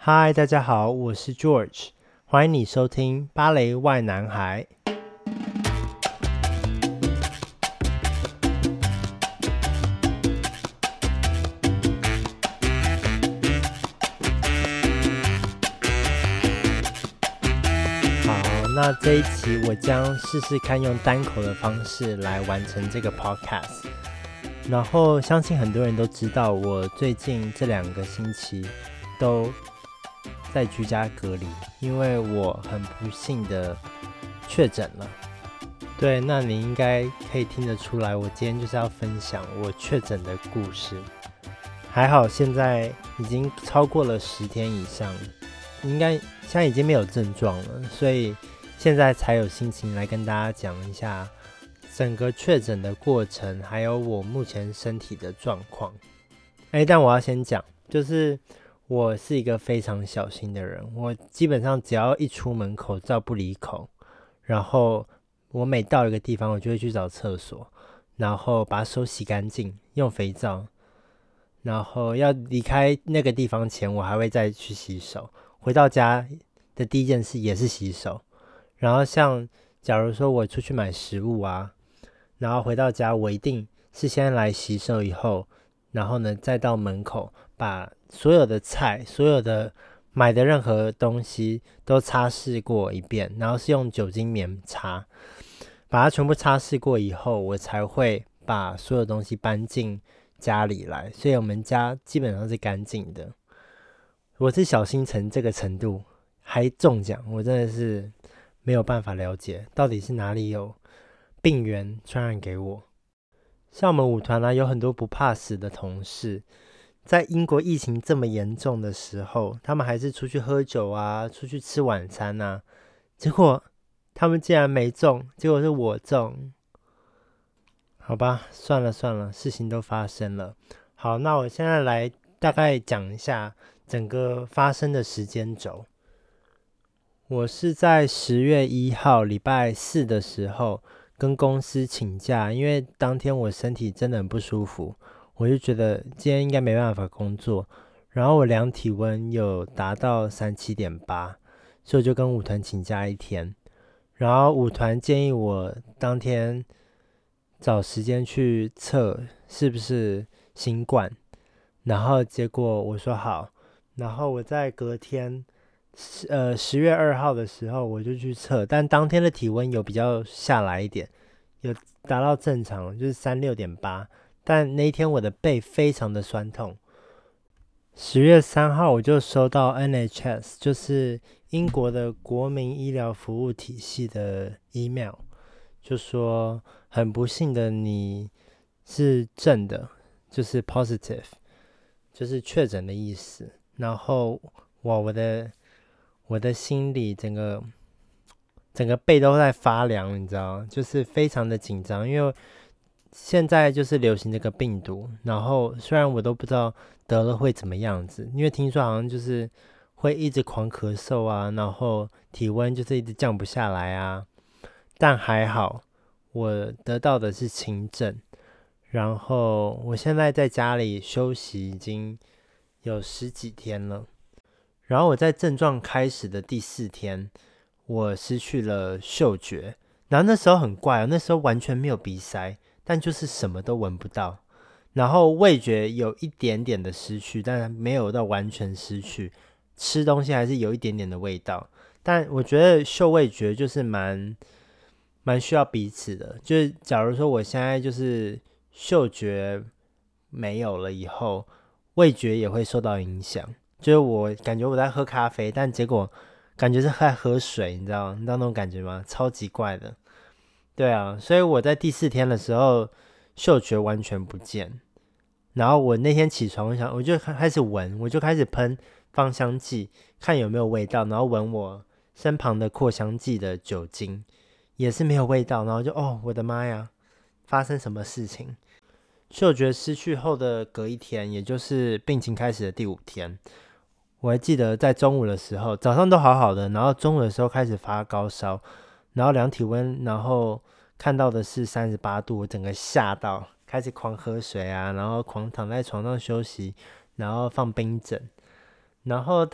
嗨，大家好，我是 George，欢迎你收听芭蕾 why 男孩。好，那这一期我将试试看用单口的方式来完成这个 podcast。然后相信很多人都知道，我最近这2个星期都在居家隔离，因为我很不幸的确诊了。对，那你应该可以听得出来，我今天就是要分享我确诊的故事。还好现在已经超过了10天以上，应该现在已经没有症状了，所以现在才有心情来跟大家讲一下整个确诊的过程，还有我目前身体的状况。但我要先讲，就是我是一个非常小心的人，我基本上只要一出门口罩不离口，然后我每到一个地方我就会去找厕所，然后把手洗干净，用肥皂，然后要离开那个地方前我还会再去洗手，回到家的第一件事也是洗手。然后像假如说我出去买食物啊，然后回到家我一定是先来洗手以后，然后呢再到门口把所有的菜，所有的买的任何东西都擦拭过一遍，然后是用酒精棉擦，把它全部擦拭过以后，我才会把所有东西搬进家里来，所以我们家基本上是干净的。我是小心成这个程度，还中奖，我真的是没有办法了解到底是哪里有病源传染给我。像我们舞团有很多不怕死的同事，在英国疫情这么严重的时候，他们还是出去喝酒啊，出去吃晚餐啊，结果他们竟然没中，结果是我中。好吧，算了算了，事情都发生了。好，那我现在来大概讲一下整个发生的时间轴。我是在10月1号礼拜四的时候跟公司请假，因为当天我身体真的很不舒服，我就觉得今天应该没办法工作，然后我量体温有达到37.8，所以我就跟舞团请假1天，然后舞团建议我当天找时间去测是不是新冠，然后结果我说好，然后我在隔天10月2号的时候我就去测，但当天的体温有比较下来一点，有达到正常，就是36.8，但那一天我的背非常的酸痛。10月3号我就收到 NHS， 就是英国的国民医疗服务体系的 email， 就说很不幸的你是正的，就是 positive， 就是确诊的意思。然后哇，我的心里整个背都在发凉，你知道吗？就是非常的紧张，因为现在就是流行这个病毒，然后虽然我都不知道得了会怎么样子，因为听说好像就是会一直狂咳嗽啊，然后体温就是一直降不下来啊，但还好我得到的是轻症，然后我现在在家里休息已经有10几天了。然后我在症状开始的第4天，我失去了嗅觉。然后那时候很怪那时候完全没有鼻塞，但就是什么都闻不到。然后味觉有一点点的失去，但没有到完全失去。吃东西还是有一点点的味道，但我觉得嗅味觉就是蛮需要彼此的。就是假如说我现在就是嗅觉没有了以后，味觉也会受到影响。就是我感觉我在喝咖啡，但结果感觉是在喝水，你知道那种感觉吗？超级怪的。对啊，所以我在第4天的时候嗅觉完全不见，然后我那天起床我就开始闻，我就开始喷芳香剂看有没有味道，然后闻我身旁的扩香剂的酒精也是没有味道，然后就我的妈呀，发生什么事情？嗅觉失去后的隔一天，也就是病情开始的第5天，我还记得在中午的时候，早上都好好的，然后中午的时候开始发高烧，然后量体温，然后看到的是38度，我整个吓到，开始狂喝水啊，然后狂躺在床上休息，然后放冰枕，然后但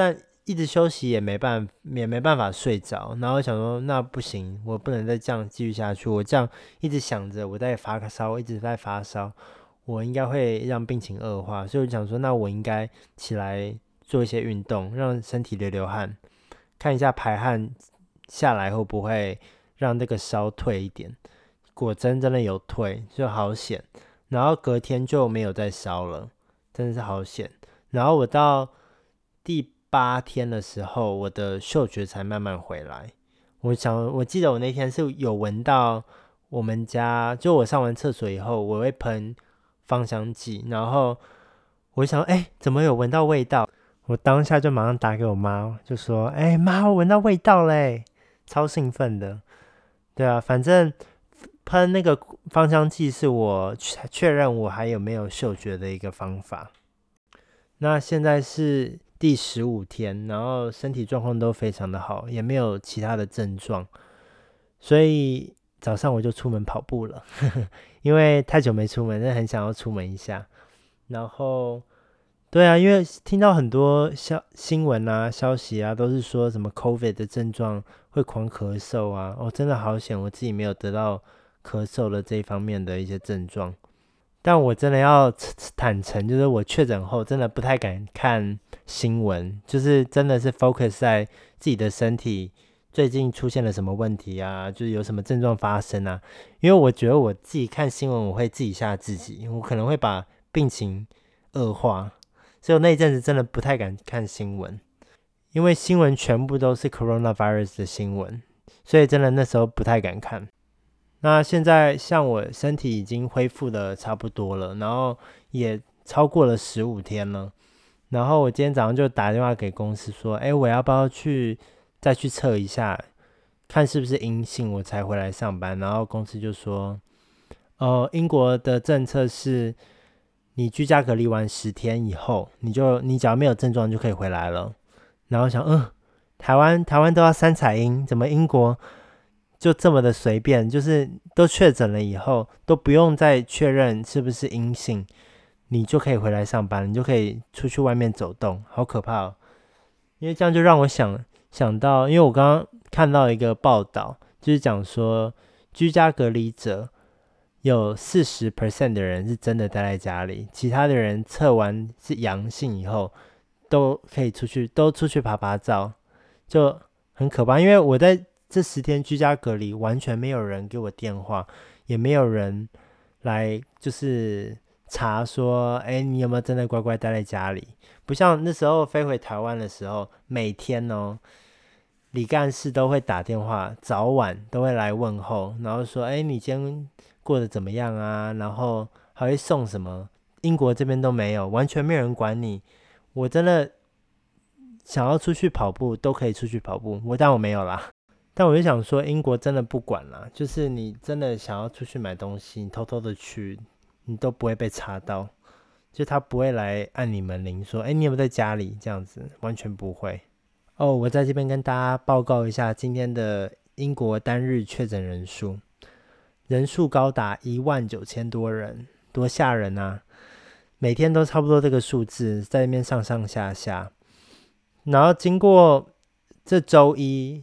一直休息也没办法睡着，然后想说那不行，我不能再这样继续下去，我这样一直想着我在发烧，一直在发烧，我应该会让病情恶化，所以我想说那我应该起来做一些运动，让身体流汗，看一下排汗下来会不会让那个烧退一点。果真的有退，就好险，然后隔天就没有再烧了，真的是好险。然后我到第8天的时候，我的嗅觉才慢慢回来。我记得我那天是有闻到我们家，就我上完厕所以后，我会喷芳香剂，然后我想，怎么有闻到味道？我当下就马上打给我妈，就说，妈，我闻到味道嘞，超兴奋的。对啊，反正喷那个芳香剂是我确认我还有没有嗅觉的一个方法。那现在是第15天，然后身体状况都非常的好，也没有其他的症状，所以早上我就出门跑步了因为太久没出门，真的很想要出门一下。然后对啊，因为听到很多新闻啊消息啊，都是说什么 COVID 的症状会狂咳嗽啊，真的好险我自己没有得到咳嗽的这一方面的一些症状。但我真的要坦诚，就是我确诊后真的不太敢看新闻，就是真的是 focus 在自己的身体最近出现了什么问题啊，就是有什么症状发生啊。因为我觉得我自己看新闻我会自己吓自己，我可能会把病情恶化，所以我那一阵子真的不太敢看新闻，因为新闻全部都是 coronavirus 的新闻，所以真的那时候不太敢看。那现在像我身体已经恢复的差不多了，然后也超过了15天了，然后我今天早上就打电话给公司说，我要不要再去测一下，看是不是阴性我才回来上班。然后公司就说，英国的政策是你居家隔离完10天以后，你只要没有症状就可以回来了。然后想，台湾都要3采阴，怎么英国就这么的随便，就是都确诊了以后都不用再确认是不是阴性，你就可以回来上班，你就可以出去外面走动，好可怕哦。因为这样就让我想到，因为我刚刚看到一个报道，就是讲说居家隔离者有40% 的人是真的待在家里，其他的人测完是阳性以后都可以出去爬爬照，就很可怕。因为我在这10天居家隔离，完全没有人给我电话，也没有人来就是查说，你有没有真的乖乖待在家里？不像那时候飞回台湾的时候，每天李干事都会打电话，早晚都会来问候，然后说，你今天过得怎么样啊？然后还会送什么？英国这边都没有，完全没有人管你。我真的想要出去跑步都可以出去跑步，但我没有啦。但我就想说，英国真的不管啦，就是你真的想要出去买东西，你偷偷的去，你都不会被查到，就他不会来按你门铃说，你有没有在家里？这样子完全不会。我在这边跟大家报告一下今天的英国单日确诊人数高达19000多人，多吓人啊！每天都差不多这个数字，在那边上上下下。然后经过这周一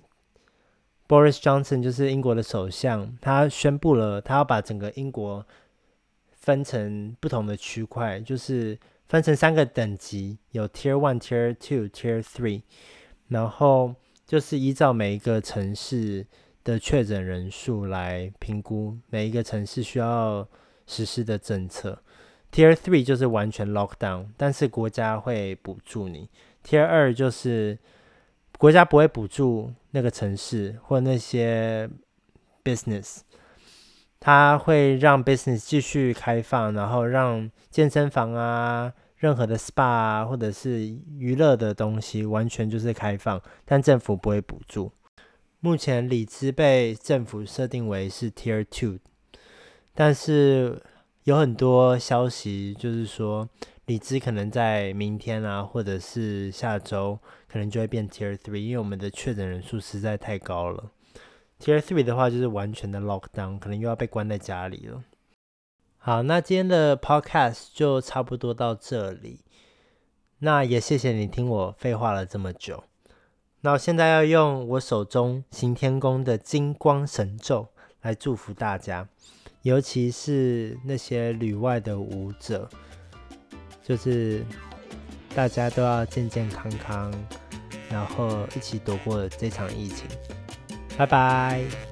，Boris Johnson 就是英国的首相，他宣布了他要把整个英国分成不同的区块，就是分成3个等级，有 Tier 1、Tier 2、Tier 3，然后就是依照每一个城市的确诊人数来评估每一个城市需要实施的政策。Tier 3就是完全 lockdown， 但是国家会补助你。Tier 2就是国家不会补助那个城市或那些 business， 它会让 business 继续开放，然后让健身房啊、任何的 SPA 啊，或者是娱乐的东西完全就是开放，但政府不会补助。目前里兹被政府设定为是 Tier 2， 但是有很多消息就是说里兹可能在明天啊，或者是下周可能就会变 Tier 3， 因为我们的确诊人数实在太高了。Tier 3的话就是完全的 lockdown， 可能又要被关在家里了。好，那今天的 podcast 就差不多到这里。那也谢谢你听我废话了这么久。 那我现在要用我手中行天宫的金光神咒来祝福大家，尤其是那些旅外的舞者，就是大家都要健健康康，然后一起躲过这场疫情。拜拜。